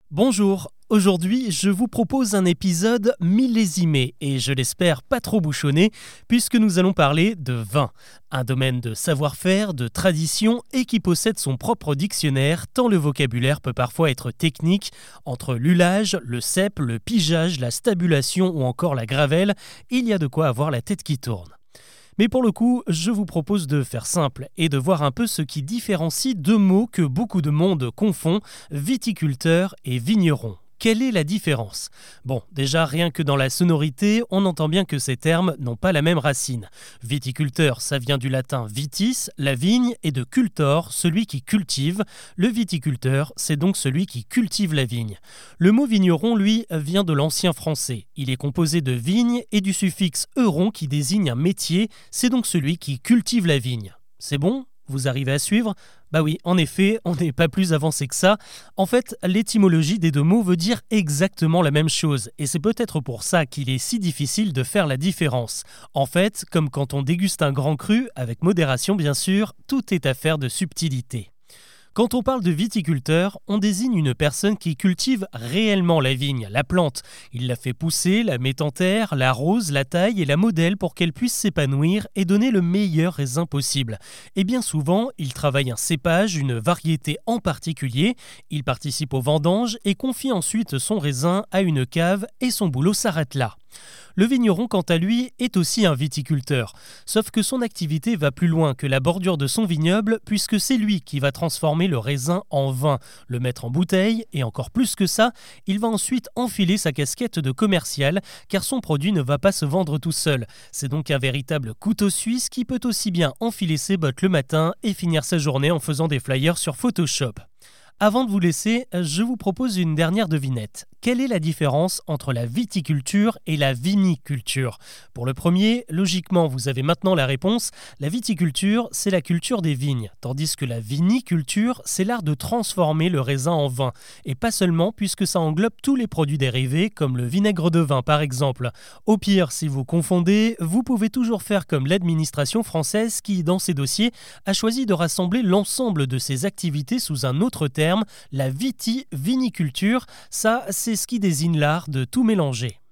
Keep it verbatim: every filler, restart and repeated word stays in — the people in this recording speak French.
Bonjour, aujourd'hui je vous propose un épisode millésimé et je l'espère pas trop bouchonné puisque nous allons parler de vin, un domaine de savoir-faire, de tradition et qui possède son propre dictionnaire tant le vocabulaire peut parfois être technique. Entre l'ullage, le cep, le pigeage, la stabulation ou encore la gravelle, il y a de quoi avoir la tête qui tourne. Mais pour le coup, je vous propose de faire simple et de voir un peu ce qui différencie deux mots que beaucoup de monde confond, viticulteur et vigneron. Quelle est la différence ? Bon, déjà rien que dans la sonorité, on entend bien que ces termes n'ont pas la même racine. Viticulteur, ça vient du latin vitis, la vigne, et de cultor, celui qui cultive. Le viticulteur, c'est donc celui qui cultive la vigne. Le mot vigneron, lui, vient de l'ancien français. Il est composé de vigne et du suffixe euron qui désigne un métier, c'est donc celui qui cultive la vigne. C'est bon ? Vous arrivez à suivre ? Bah oui, en effet, on n'est pas plus avancé que ça. En fait, l'étymologie des deux mots veut dire exactement la même chose, et c'est peut-être pour ça qu'il est si difficile de faire la différence. En fait, comme quand on déguste un grand cru, avec modération bien sûr, tout est affaire de subtilité. Quand on parle de viticulteur, on désigne une personne qui cultive réellement la vigne, la plante. Il la fait pousser, la met en terre, l'arrose, la taille et la modèle pour qu'elle puisse s'épanouir et donner le meilleur raisin possible. Et bien souvent, il travaille un cépage, une variété en particulier. Il participe aux vendanges et confie ensuite son raisin à une cave et son boulot s'arrête là. Le vigneron, quant à lui, est aussi un viticulteur, sauf que son activité va plus loin que la bordure de son vignoble puisque c'est lui qui va transformer le raisin en vin, le mettre en bouteille et encore plus que ça, il va ensuite enfiler sa casquette de commercial car son produit ne va pas se vendre tout seul. C'est donc un véritable couteau suisse qui peut aussi bien enfiler ses bottes le matin et finir sa journée en faisant des flyers sur Photoshop. Avant de vous laisser, je vous propose une dernière devinette. Quelle est la différence entre la viticulture et la viniculture ? Pour le premier, logiquement, vous avez maintenant la réponse. La viticulture, c'est la culture des vignes, tandis que la viniculture, c'est l'art de transformer le raisin en vin. Et pas seulement, puisque ça englobe tous les produits dérivés, comme le vinaigre de vin par exemple. Au pire, si vous confondez, vous pouvez toujours faire comme l'administration française qui, dans ses dossiers, a choisi de rassembler l'ensemble de ses activités sous un autre terme, la vitiviniculture. Ça, c'est ce qui désigne l'art de tout mélanger.